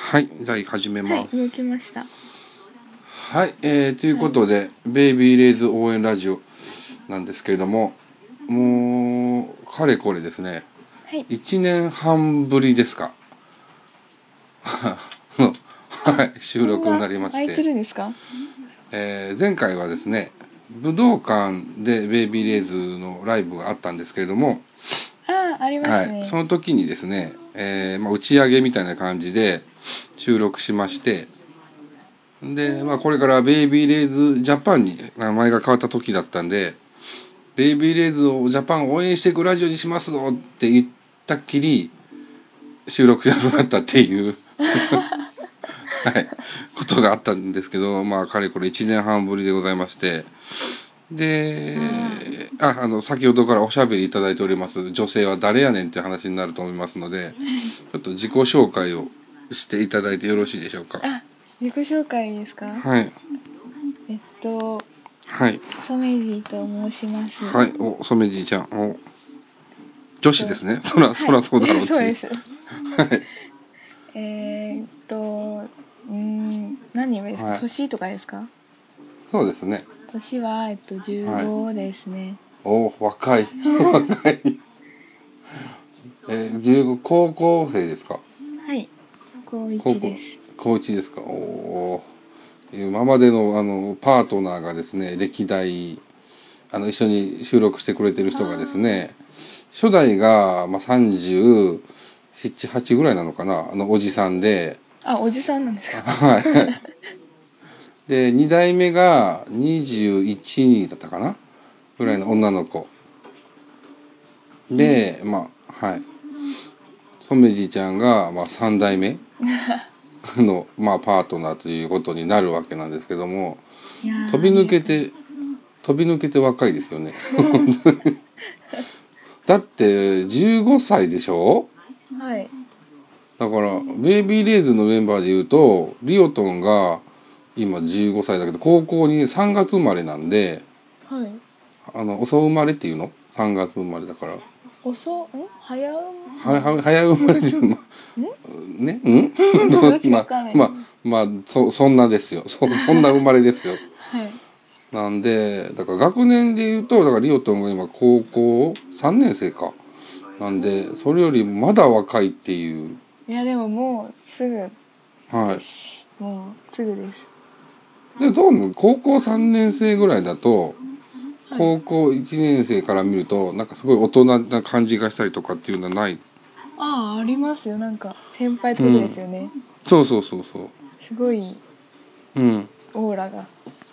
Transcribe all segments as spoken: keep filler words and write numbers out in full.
はい、じゃあ始めます。 はい、動きました。 はい、えー、ということで、はい、ベイビーレイズ応援ラジオなんですけれども、もうかれこれですね、 はい、 いちねんはんぶりですかはい、収録になりまして、 空いてるんですか？ えー、前回はですね、武道館でベイビーレイズのライブがあったんですけれども、 ああ、ありますね。 はい、その時にですね、えーまあ、打ち上げみたいな感じで収録しまして、で、まあ、これからベイビーレイズジャパンに名前が変わった時だったんで、ベイビーレイズをジャパンを応援していくラジオにしますぞって言ったっきり収録しなくなったっていうはい、ことがあったんですけど、まあ、かれこれいちねんはんぶりでございまして、で、あ、あの、先ほどからおしゃべりいただいております女性は誰やねんっていう話になると思いますので、ちょっと自己紹介をしていただいてよろしいでしょうか。 あ、自己紹介ですか？ はい。 えっと、 はい。 ソメジと申します。 はい。お、染じいちゃん。お、女子ですね。そら、はい、そらそうだろうって。 そうです。 はい。 えーっと、うーん、何名ですか？はい、年とかですか？ そうですね。 年は、えっと、じゅうごですね。 はい、お、若い。若い。えー、じゅうご、高校生ですか？ はい。高いちです。 高いちですか？おー。今までの、あの、パートナーがですね、歴代、あの、一緒に収録してくれてる人がですね、初代が、まあ、さんじゅうなな、はちぐらいなのかな、あの、おじさんで。 あ、おじさんなんですか？ はい。で、に代目がにじゅういちにだったかなぐらいの女の子。で、まあ、はい。染じちゃんが、まあ、さん代目の、まあ、パートナーということになるわけなんですけども、飛び抜けて、飛び抜けて若いですよね。だって、じゅうごさいでしょ？ はい。 だから、ベイビーレイズのメンバーで言うと、リオトンが今じゅうごさいだけど、高校にさんがつ生まれなんで、 はい。 あの、遅生まれっていうの ?さん 月生まれだから。 遅、ん早生は、は、早生まれで、ま、ね、んどっちかわかんない。 まあ、まあ、まあ、そ、そんなですよ。そ、そんな生まれですよ。 はい。 なんで、だから学年で言うと、だからリオトンが今高校さんねん生か。なんで、それよりまだ若いっていう。 いや、でももうすぐです。 はい。 もうすぐです。 で、どうも高校さんねん生ぐらいだと、 はい、 高校いちねん生から見ると、なんかすごい大人な感じがしたりとかっていうのはない？ ああ、ありますよ。なんか先輩ってことですよね。うん、 そうそうそうそう。 すごい、 うん。 オーラが。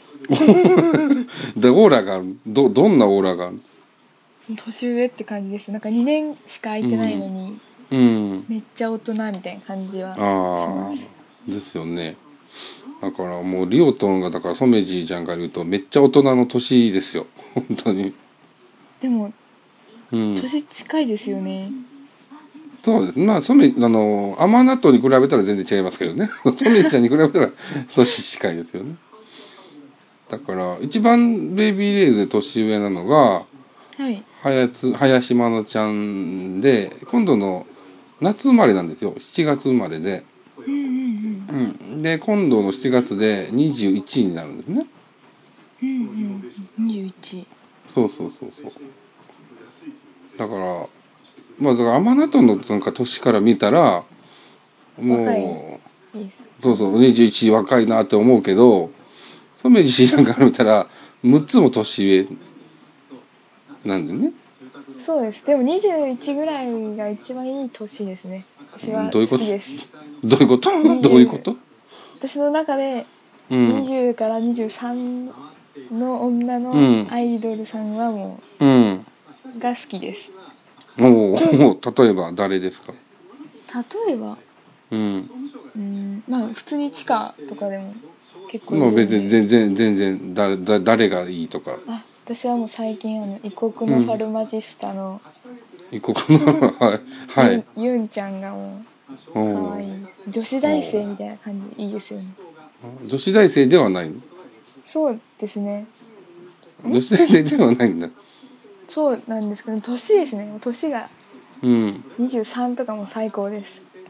で、オーラが、ど、どんなオーラが？ 年上って感じです。なんかにねんしか空いてないのに、 うん。うん、 めっちゃ大人みたいな感じはしまあす。 あ、ですよね。だからもうリオトンがだからソメジーちゃんから言うとめっちゃ大人の年ですよ本当に。 でも、 うん、 年近いですよね。 そうです。まあソメあのアマナトに比べたら全然違いますけどねソメジーちゃんに比べたら年近いですよね。だから一番ベイビーレイズで年上なのがはい。 はやつ林真乃ちゃんで、今度の夏生まれなんですよ。しちがつ生まれで。 うんうんうん。で、今度のしちがつでにじゅういちになるんですね。 うん。うんうん。にじゅういち。 そうそうそうそう。だから、まあだから甘納豆のなんか年から見たら、 若いもです。 う、そうそう、にじゅういち若いなって思うけど、ソメジなんか見たら、むっつも年上なんでね。 そうです。でもにじゅういちぐらいが一番いい年ですね。私は好どういうこときです。 どういうことどういうこにじゅう、 と？ 私の中でうん。 にじゅうからにじゅうさんの女のうん。 アイドルさんはもうん。 う、が好きです。 おお、例えば誰ですか？ 例えば、 うん。 うーん、まあ普通に地下とかでも結構いまあ別にるんで。 全然、全然、誰、だ誰がいいとか。 あ、私はもう最近あの、異国のファうん。 ルマジスタの異国の、はい。はい。 ユン、ユンちゃんがもおう、かわお。 いい。女子大生みたいな感じ、いいですよね。 女子大生ではないの？ そうですね。ん女子大生ではないんだ。 そうなんですけど、年ですね。年がうん。 にじゅうさんとかも最高です。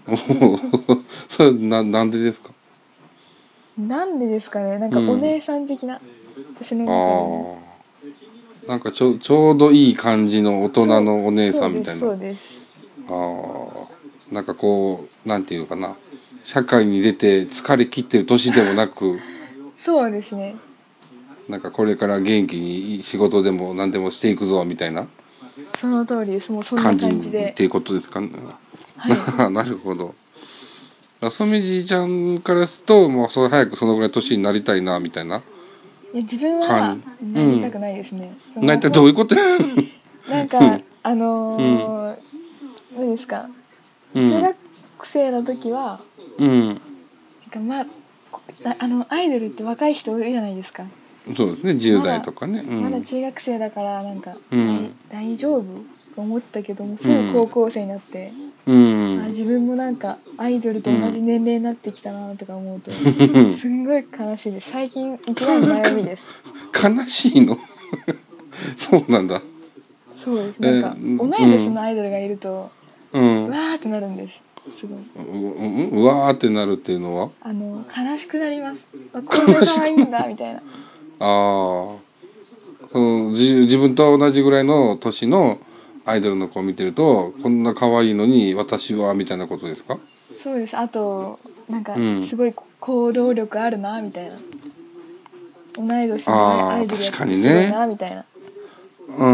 おそれななんでですか？ なんでですかね、なんかお姉さん的な、うん、私の中でも。 ああ、なんかちょちょうどいい感じの大人のお姉さんみたいな。 そうです、そうです。 ああ、なんかこうなんていうかな、社会に出て疲れ切ってる年でもなくそうですね。 なんかこれから元気に仕事でも何でもしていくぞみたいなその通りです。もうそんな感じ感じでっていうことですかね。 はいなるほど。染じちゃんからするともうそ早くそのぐらい年になりたいなみたいないや自分はなりたくないですね、うん、 なりたいどういうことやなんかあのー、何ですか、うん、中学生の時は、うん、なんかまああのアイドルって若い人多いじゃないですか。 そうですね、じゅう代とかね、 まだ、うん、まだ中学生だからなんか、 うん、 大丈夫と思ったけども、すぐ高校生になって、うん、あ自分もなんかアイドルと同じ年齢になってきたなとか思うと、うん、すんごい悲しいです。最近一番の悩みです。 悲しいのそうなんだ。 そうです。なんか、同い年のアイドルがいると、うん、わーってなるんです。すごい。 う, うわーってなるっていうのはあの悲しくなります。こんな可愛いんだみたいな。ああ、その自分と同じぐらいの年のアイドルの子を見てるとこんな可愛いのに私はみたいなことですか？ そうです。あとなんかすごい行動力あるなみたいな、同い年のアイドルやってすごいなみたいな。 うん、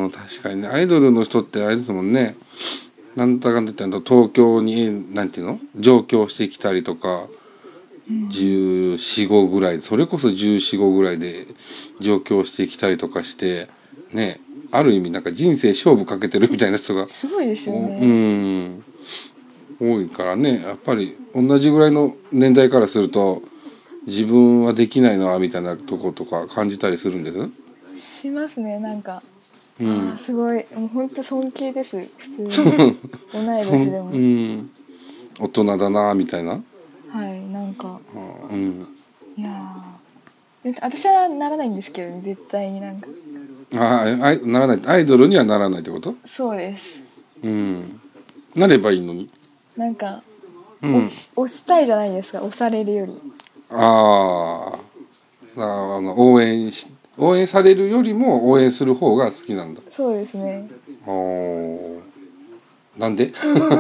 確かにね。アイドルの人ってあれですもんね。なんだかんだ言って東京になんていうの上京してきたりとか、うん、じゅうよん、ごぐらい、それこそじゅうよん、ごぐらいで上京してきたりとかしてね、ある意味なんか人生勝負かけてるみたいな人がすごいですよね。 うん、多いからね。やっぱり同じぐらいの年代からすると自分はできないなみたいなとことか感じたりするんです。 しますね。なんか、うん、あすごいもう本当尊敬です。普通に同い年でも、うん、 大人だなみたいな。 はいなんか、うん、いや私はならないんですけど、ね、絶対になんかああならない、アイドルにはならないってこと？ そうです。 うん、なればいいのになんか、うん、押し、押したいじゃないですか、押されるより。 ああ、あの応援し応援されるよりも応援する方が好きなんだ。 そうですね。 おなんで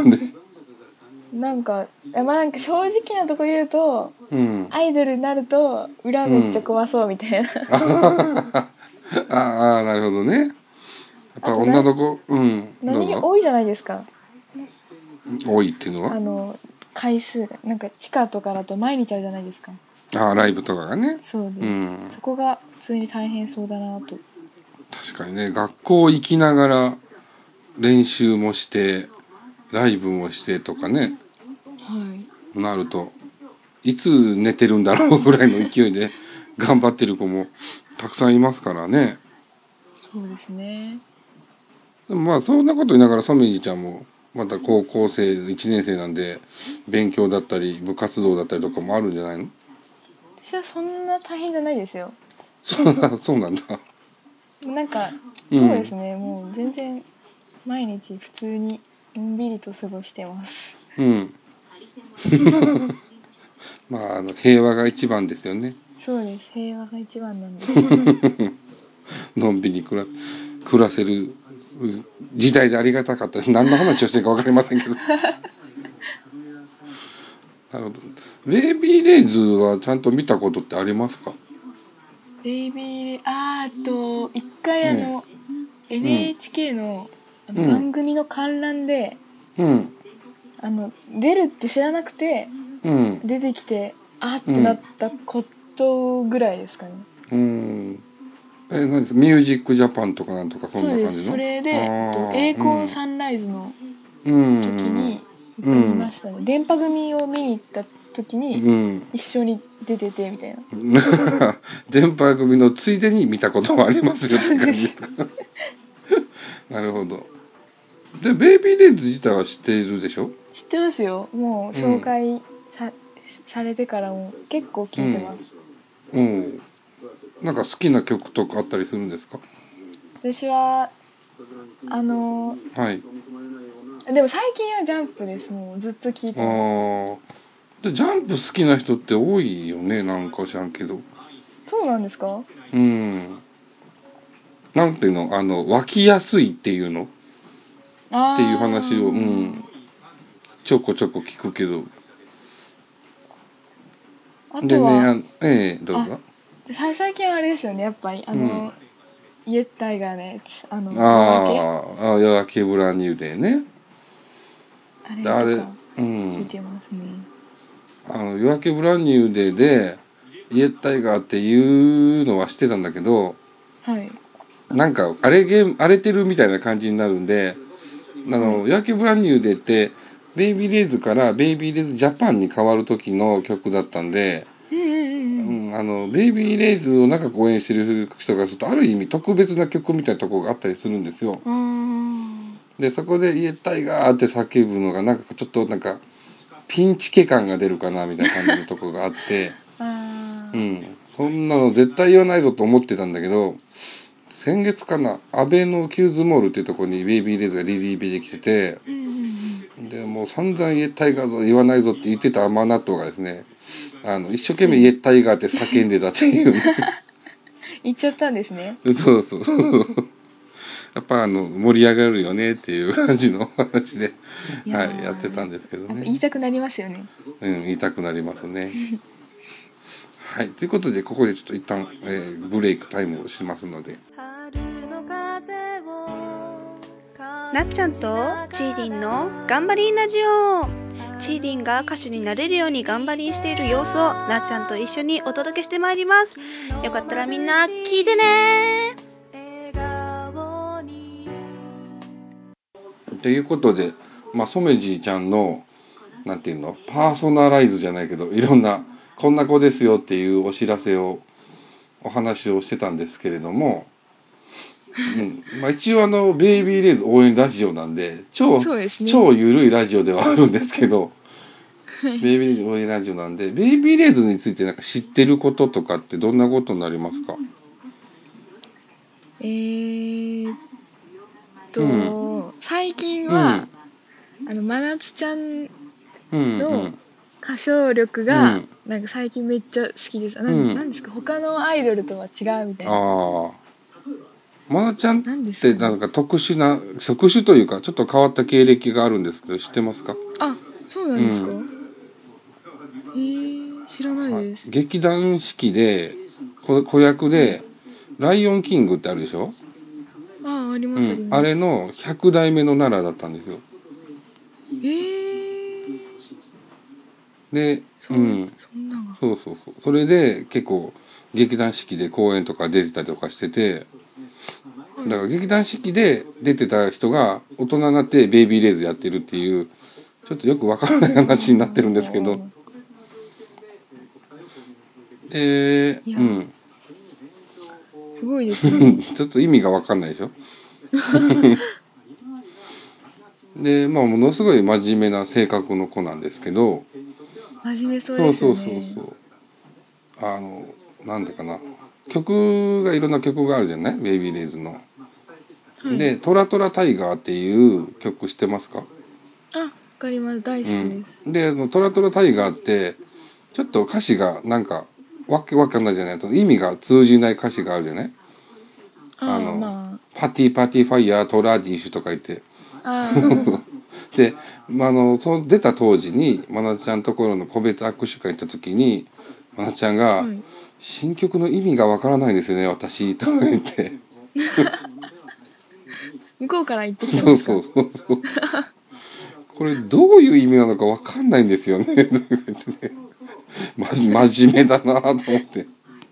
なんかまあなんか正直なとこ言うと、うん、アイドルになると裏めっちゃ怖そうみたいな、 うん、ああなるほどね。やっぱ女の子、うん、 何多いじゃないですか。 多いっていうのはあの回数がなんか地下とかだと毎日あるじゃないですか。 ああライブとかがね。 そうです、うん、そこが普通に大変そうだなと。 確かにね、学校行きながら練習もしてライブもしてとかね、はい、なるといつ寝てるんだろうぐらいの勢いで頑張ってる子もたくさんいますからね。 そうですね。 でもまあそんなこと言いながら染じちゃんもまた高校生いちねん生なんで勉強だったり部活動だったりとかもあるんじゃないの？ 私はそんな大変じゃないですよ。 そうなんだ。 なんかそうですね、うん、もう全然毎日普通にのんびりと過ごしてます。うんまああの平和が一番ですよね。 そうです、平和が一番なんですのんびり暮ら暮らせる時代でありがたかったです。何の話をしてるか分かりませんけどなるほど。ベイビーレイズはちゃんと見たことってありますか？ ベイビーレイあーと一回あの、うん、エヌエイチケー の、あの番組の観覧で、うん、あの出るって知らなくて、うん、出てきてあってなったことぐらいですかね。うん、 え何ですミュージックジャパンとかなんとかそんな感じの。 そうです。それで栄光サンライズの時に一回見ましたね、うん、電波組を見に行った時に一緒に出ててみたいな、うん、 電波組のついでに見たこともありますよって感じですかなるほど。でベイビーレイズ自体は知っているでしょ？ 知ってますよ。もう紹介さ、うん、されてからも結構聞いてます。 うん、うん、なんか好きな曲とかあったりするんですか？ 私はあのー、はい、 でも最近はジャンプです。もうずっと聞いてます。 ああ。でジャンプ好きな人って多いよね、なんか知らんけど。 そうなんですか？ うん。なんていうの、あの湧きやすいっていうのっていう話を、うん、ちょこちょこ聞くけど。 あとは、 でね、あええー、どうぞ。 最近はあれですよね、やっぱりあの、うん、イエッタイガーのやつ、あの夜明け。 ああ、夜明けブランニューデーね。 あれとか聞いてますね。 うん、あの夜明けブランニューデーでイエッタイガーっていうのは知ってたんだけど、 はい。 なんか荒れゲーム荒れてるみたいな感じになるんで、あの、はい、夜明けブランニューデーってベイビーレイズからベイビーレイズジャパンに変わる時の曲だったんで、 うんうんうんうん、あのベイビーレイズを長く応援してる人がするとある意味特別な曲みたいなところがあったりするんですよ。でそこで「イエッタイガー」って叫ぶのがなんかちょっとなんかピンチ気感が出るかなみたいな感じのところがあってあ、うん、そんなの絶対言わないぞと思ってたんだけど、先月かな、アベのキューズモールっていうところにベイビーレイズがリリーベで来てて、でもう散々イエッタイガーぞ言わないぞって言ってた甘納豆がですね、あの一生懸命イエッタイガーって叫んでたっていう、ね、 言っちゃったんですね。 そうそうやっぱあの盛り上がるよねっていう感じの話ではい、やってたんですけどね。 言いたくなりますよね。 うん、言いたくなりますね。はい、ということでここでちょっと一旦、えー、ブレイクタイムをしますので。 なっちゃんとちーりんの頑張りんラジオ。ちーりんが歌手になれるように頑張りしている様子をなっちゃんと一緒にお届けしてまいります。よかったらみんな聞いてね。 ということで、まあ、染じいちゃんのなんていうのパーソナライズじゃないけどいろんなこんな子ですよっていうお知らせをお話をしてたんですけれども、うん、まあ一応あのベイビーレイズ応援ラジオなんで超そうですね、超ゆるいラジオではあるんですけどベイビーレイズ応援ラジオなんで、ベイビーレイズについてなんか知ってることとかってどんなことになりますか？ えーっと、うん、最近は、うん、あのまなつちゃんの歌唱力が、なんか最近めっちゃ好きです。な ん, なんですか、他のアイドルとは違うみたいな。ああ。 まなちゃんってなんか特殊な、特殊というかちょっと変わった経歴があるんですけど知ってますか？ あ、そうなんですか？うん、へえ、知らないです。 劇団四季で子役で「ライオンキング」ってあるでしょ？ ああ、あります、あります。 あれのひゃく代目の奈良だったんですよ。 へえ。 で、うん、そんなのそうそうそう。それで結構劇団四季で公演とか出てたりとかしてて、だから劇団四季で出てた人が大人になってベイビーレイズやってるっていうちょっとよくわからない話になってるんですけど、えー、うん。 すごいですね。 ちょっと意味がわかんないでしょ。で、まあものすごい真面目な性格の子なんですけど、 真面目そうですよね。 そうそうそうそう。あのなんでかな、曲がいろんな曲があるじゃないベイビーレイズの。はい、で「トラトラタイガー」っていう曲知ってますか？ あ、わかります。大好きです。 うん、でそのトラトラタイガーってちょっと歌詞がなんかわけわかんないじゃないと意味が通じない歌詞があるじゃない。あの、まあ、パティパティファイヤートラディッシュとか言ってあで、まあ、あのその出た当時にまなちゃんところの個別握手会行った時にまなちゃんが、はい、新曲の意味がわからないですよね私とか言って向こうから言ってきたんですか？ そうそうそうそうこれどういう意味なのかわかんないんですよねとか言ってねま、真面目だなと思って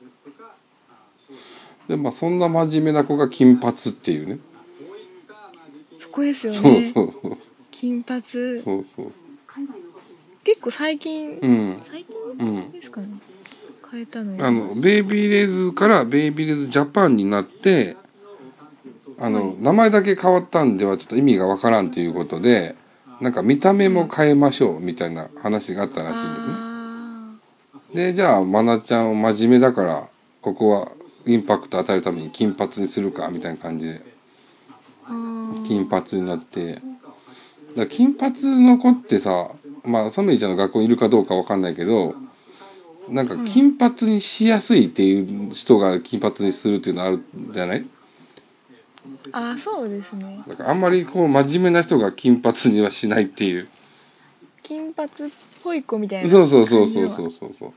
で、まあ、そんな真面目な子が金髪っていうね。 そこですよね。 そうそうそう金髪。そうそう結構最近、うん、最近ですかね、うん、変えたのはあのベイビーレイズからベイビーレイズジャパンになってあの、はい、名前だけ変わったんではちょっと意味がわからんということでなんか見た目も変えましょうみたいな話があったらしいんですね。でじゃあまなちゃん真面目だからここはインパクト与えるために金髪にするかみたいな感じで金髪になってから金髪の子ってさ、まあソメイちゃんの学校にいるかどうかわかんないけど、なんか金髪にしやすいっていう人が金髪にするっていうのあるんじゃない？ あ、そうですね。 だからあんまりこう真面目な人が金髪にはしないっていう。 金髪っぽい子みたいなそうそうそうそうそうそうそう。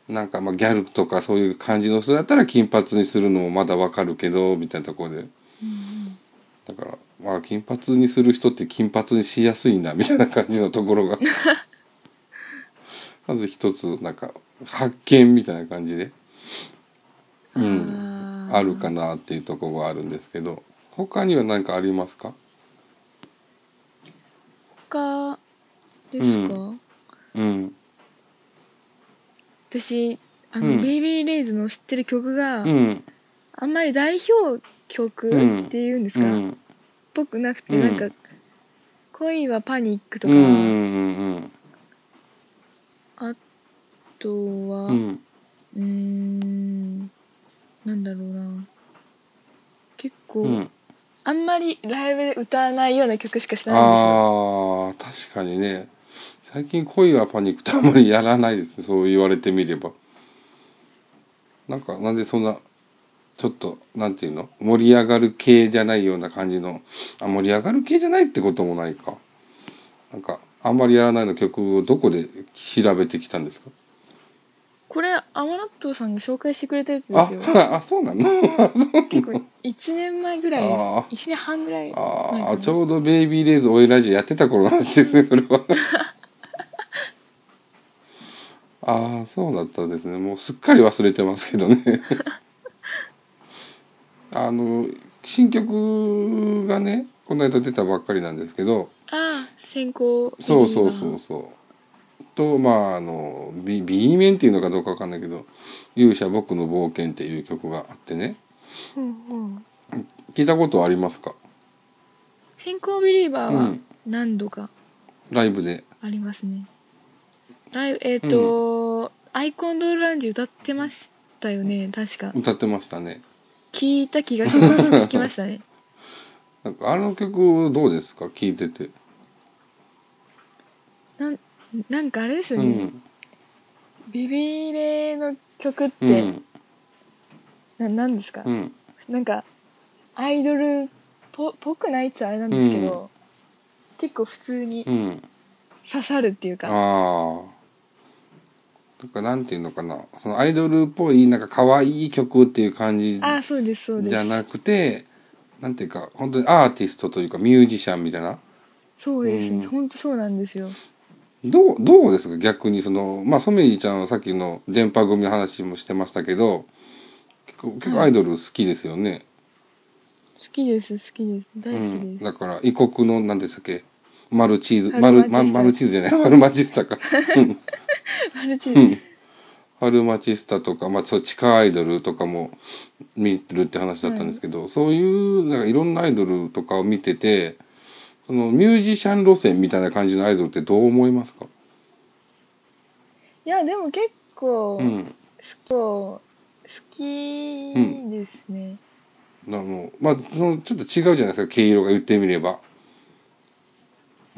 なんかまあギャルとかそういう感じの人だったら金髪にするのもまだわかるけどみたいなところで、うんうん、だからまあ金髪にする人って金髪にしやすいんだみたいな感じのところがまず一つなんか発見みたいな感じで、うん、あるかなっていうところがあるんですけど、他には何かありますか？ 他ですか？うん、うん、私あの、うん、ベイビーレイズの知ってる曲が、うん、あんまり代表曲っていうんですか、うん、ぽくなくて、うん、なんか恋はパニックとか、うんうんうん、あとは、うん、うーんなんだろうな、結構、うん、あんまりライブで歌わないような曲しか知らないんですよ。 ああ、確かにね。最近恋はパニックってあんまりやらないですね。そう言われてみれば。なんか、なんでそんな、ちょっと、なんていうの？盛り上がる系じゃないような感じの、あ、盛り上がる系じゃないってこともないか。なんか、あんまりやらないの曲をどこで調べてきたんですか？ これ、アマナットさんが紹介してくれたやつですよ。 あ、あ、そうなの？ 結構、いちねんまえぐらいです。いちねんはんぐらい前かな。 ああ、ちょうどベイビーレイズオイラジオやってた頃の話ですね、それは。ああ、そうだったんですね。もうすっかり忘れてますけどね。あの、新曲がね、この間出たばっかりなんですけど。 ああ、先行そうそうそうそう。と、まあ、あの、B、B 面っていうのかどうかわかんないけど、勇者僕の冒険っていう曲があってね。うんうん。聞いたことありますか？ 先行ビリーバーは何度か、 うん、ライブでありますね。ライブ、えっ、ー、と、うん、アイコンドールラウンジ歌ってましたよね、確か。 歌ってましたね。 聞いた気がします。聞きましたね。 なんかあの曲どうですか？聞いてて。 なん、なんかあれですよね。うん、ビビレの曲って、うん、な、なんですか、うん、なんか、アイドルっぽ、ぽくないってあれなんですけど、うん、結構普通に刺さるっていうか。うん、ああ。とかなんていうのかな、そのアイドルっぽいなんか可愛い曲っていう感じあ、そうですそうです。 じゃなくて、なんていうか本当にアーティストというかミュージシャンみたいな。 そうですね、うん、本当そうなんですよ。 どうどうですか逆にそのまあソメイちゃんはさっきの電波組の話もしてましたけど、結構結構アイドル好きですよね。はい、 好きです好きです大好きです。うん、 だから異国の何でしたっけ、マルチーズマルママルチーズじゃないマルマチスタか。マルチーズ。ハルマチスタとか、まあ、そう地下アイドルとかも見るって話だったんですけど、はい、そういうなんかいろんなアイドルとかを見てて、そのミュージシャン路線みたいな感じのアイドルってどう思いますか？いやでも結構、うん、好きですね。うん、あのまあそのちょっと違うじゃないですか、毛色が言ってみれば。うん、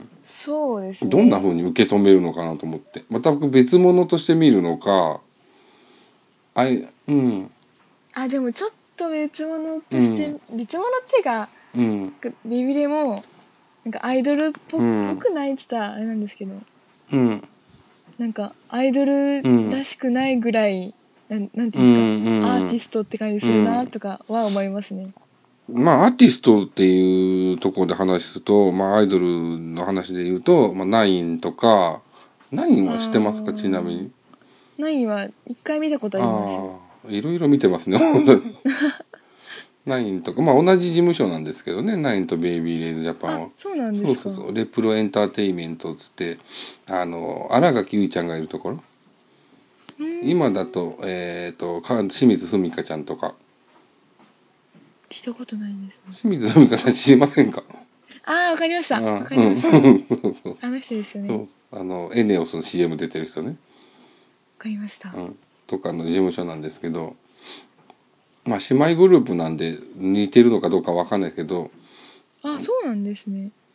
そうですね。どんな風に受け止めるのかなと思って、また別物として見るのか、あい、うん。あ、でもちょっと別物として、うん、別物っていうか、うん、ビビレも、なんかアイドルっぽ、うん、ぽくないって言ったらあれなんですけど、うん、なんかアイドルらしくないぐらい、うん、なん、なんていうんですか、うん、アーティストって感じするなとかは思いますね。まあアーティストっていうところで話すと、まあアイドルの話で言うと、まあナインとか、ナインは知ってますかちなみに。ナインは一回見たことあります。ああ、いろいろ見てますね、本当に。ナインとか、まあ同じ事務所なんですけどね、ナインとベイビーレイズジャパンは。あ、そうなんですか。そうそうそう、レプロエンターテイメントつって、あの、新垣結衣ちゃんがいるところ。今だと、えっ、ー、と、清水文香ちゃんとか。聞いたことないですね。清水文香さん知りませんか？ああ、わかりました。わかりました。うん、そうそう、あの人ですよね。そう、あの、エネオスの シーエム 出てる人ね。わかりました。うん。とかの事務所なんですけど、まあ姉妹グループなんで似てるのかどうかわかんないけど。あ、そうなんですね。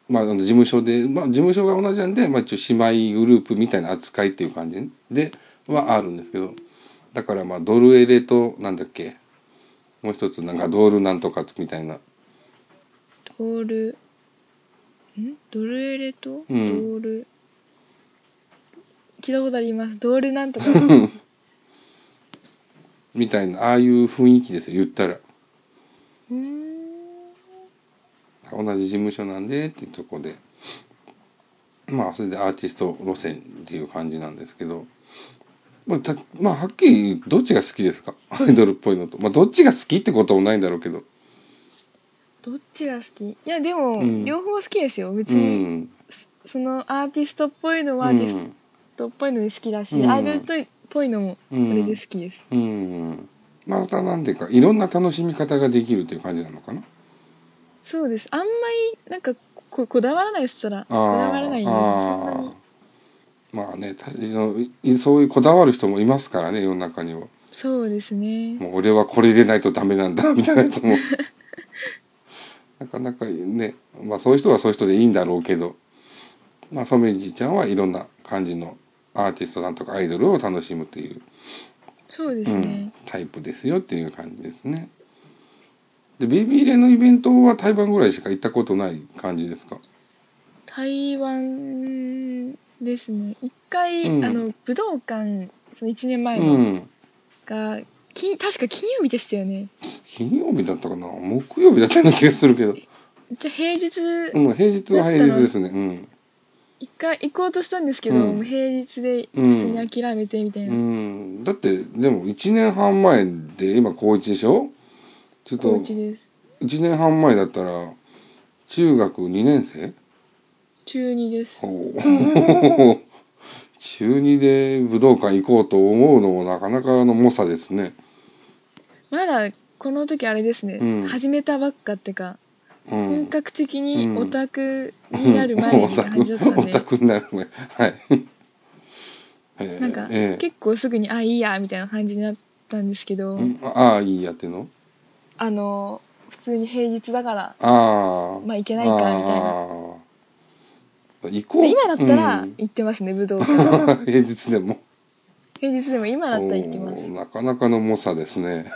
まあ、あの事務所で、まあ、事務所が同じなんで、まあ、一応姉妹グループみたいな扱いっていう感じではあるんですけど、だからまあドルエレとなんだっけ、もう一つなんかドールなんとかみたいな、 ドールんドルエレと、 うん、 ドール聞いたことあります。ドールなんとかみたいな、ああいう雰囲気ですよ、言ったら。 うーん同じ事務所なんでっていうところで、まあそれでアーティスト路線っていう感じなんですけど、まあ、たまあはっきり言うどっちが好きですか、アイドルっぽいのと。まあどっちが好きってこともないんだろうけど、 どっちが好き？いやでも、 うん、 両方好きですよ別うに、 ん、 そのアーティストっぽいのうはアーティスん、 トっぽいので好きだし、 うん、 アイドルっぽいのもうそれでん、 好きです。 うん、またなんていうかいろんな楽しみ方ができるという感じなのかな。 そうです。あんまりなんか こ, こだわらないっつったらあこだわらないあ、 ですねそんなに。 ああ、まあね、たそういうこだわる人もいますからね、世の中には。 そうですね。 もう俺はこれでないとダメなんだみたいなやつもなかなかね、まあそういう人はそういう人でいいんだろうけど、まあソメジちゃんはいろんな感じのアーティストさんとかアイドルを楽しむという、 そうでうん、 すね。 タイプですよっていう感じですね。で、ベイビーレのイベントは台湾ぐらいしか行ったことない感じですか？ 台湾ですね。一回、あうん、 の武道館、そのいちねんまえうのん。 が金確か金曜日でしたよね。 金曜日だったかな、木曜日だったような気がするけど。 じゃあ平日うん、平日は平だったの日ですね。うん。 一回行こうとしたんですけど、もううん。 平日でう普通にん。 諦めてみたいうな。 ん。だって、でもいちねんはん前で、今高いちでしょ？ちょっ高と、 一です。 いちねんはん前だったら、中学にねん生？ 中二です。 ほう。中にで武道館行こうと思うのもなかなかの猛者ですね。 まだこの時あれですね、 うん。 始めたばっかってか、 うん。 本格的うん。 にオタクになるうん。 前オタク、 みたいな感じだったんオタで、 クになる前。はい。 なんかえ結構すぐにあいいやみたいな感じになったんですけえ、うど、 ん、ああ、いいやっての？ あの普通に平日だからあまあ行けあ、 ないかみたいな。 ああ、行でこう。 今だったらうん。 行ってますね武道館。 平日でも。 平日でも今だったら行ってまおー、 す。 なかなかの猛者ですね。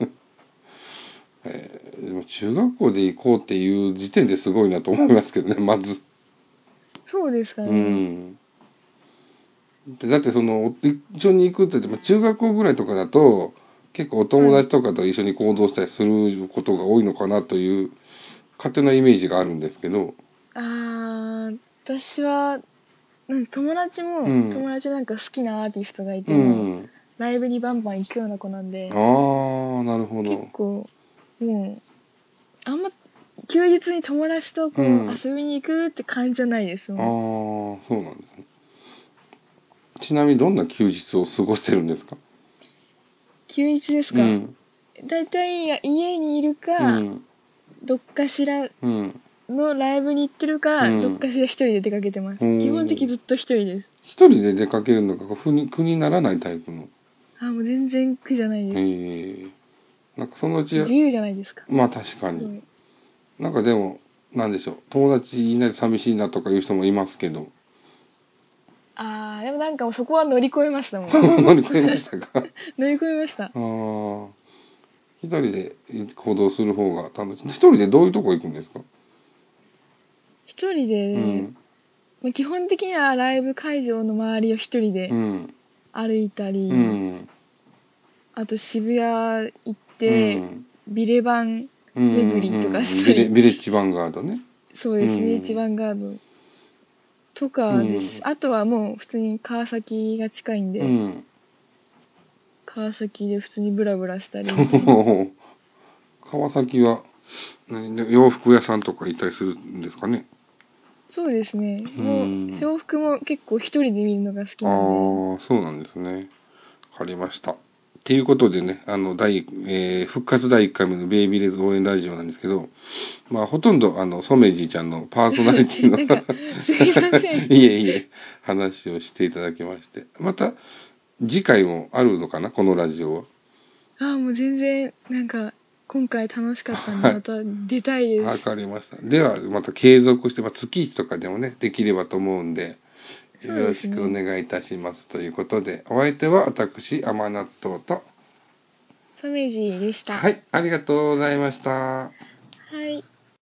えーでも中学校で行こうっていう時点ですごいなと思いますけどね、まず。 そうですかうね。 ん。でだってその、一緒に行くって言っても、中学校ぐらいとかだと、結構お友はい。 達とかと一緒に行動したりすることが多いのかなという勝手なイメージがあるんですけど。 あー私はなん友達もうん。 友達なんか好きなアーティストがいうてもん。 ライブにバンバン行くような子なんあで、 あ、なるほど。 結構もうあんま休日に友達とうん。 こう遊びに行くって感じじゃないですああ、 もん。 そうなんですね。ちなみにどんな休日を過ごしてるんですか？ 休日ですか？ うん。 だいたい家にいるかうん。 どっかしらうん。 のライブに行ってるうかどっかん。 しら一人で出かけてまおす。基本的ー、 ずっと一人です。 一人で出かけるのが苦に、苦にならないタイプの。 あもう全然苦じゃないでえす。 え、なんかそのうち、 自由じゃないですか。 まあ確かに。 すごい。 なんかでも、なんでしょう。友達いないと寂しいなとかいう人もいますけど。 あーでもなんかもうそこは乗り越えましたもん。 乗り越えましたか？ 乗り越えました。 ああ、一人で行動する方が楽しい。一人でどういうとこ行くんですか？ 一人で、 うん。 まあ、基本的にはライブ会場の周りを一人でうん。 歩いたうり、 ん。 あと渋谷行っうてん。 ビレバンうん。 巡りとかうん。ビレ、 したり、 ビレッジヴァンガードね。 そううですね、一ん。 番ガードとうかです。 ん。 あとはもう普通に川崎が近いんで、 うん。 川崎で普通にブラブラしたりみたいな。 川崎は、ね、洋服屋さんとか行ったりするんですかね。 そうですね。 うもうん。 制服も結構一人で見るのが好きあなんで。 あ、そうなんですね。わかりました。っていうことでね、あの、第、えー復活だいいっかいめのベイビーレーズ応援ラジオなんですけど、まあ、ほとんど、あの、ソメジーちゃんのパーソナリティのなんか、すいません。 いえいえ、話をしていただきまして。また、次回もあるのかなこのラジオは。 ああ、もう全然、なんか、 今回楽しかったんでまた出たいです。 わかりました。ではまた継続して、まあ、月いちとかでもねできればと思うんで、よろしくお願いいたしますということで、お相手は私甘納豆とサメジーでした。 はい、ありがとうございました。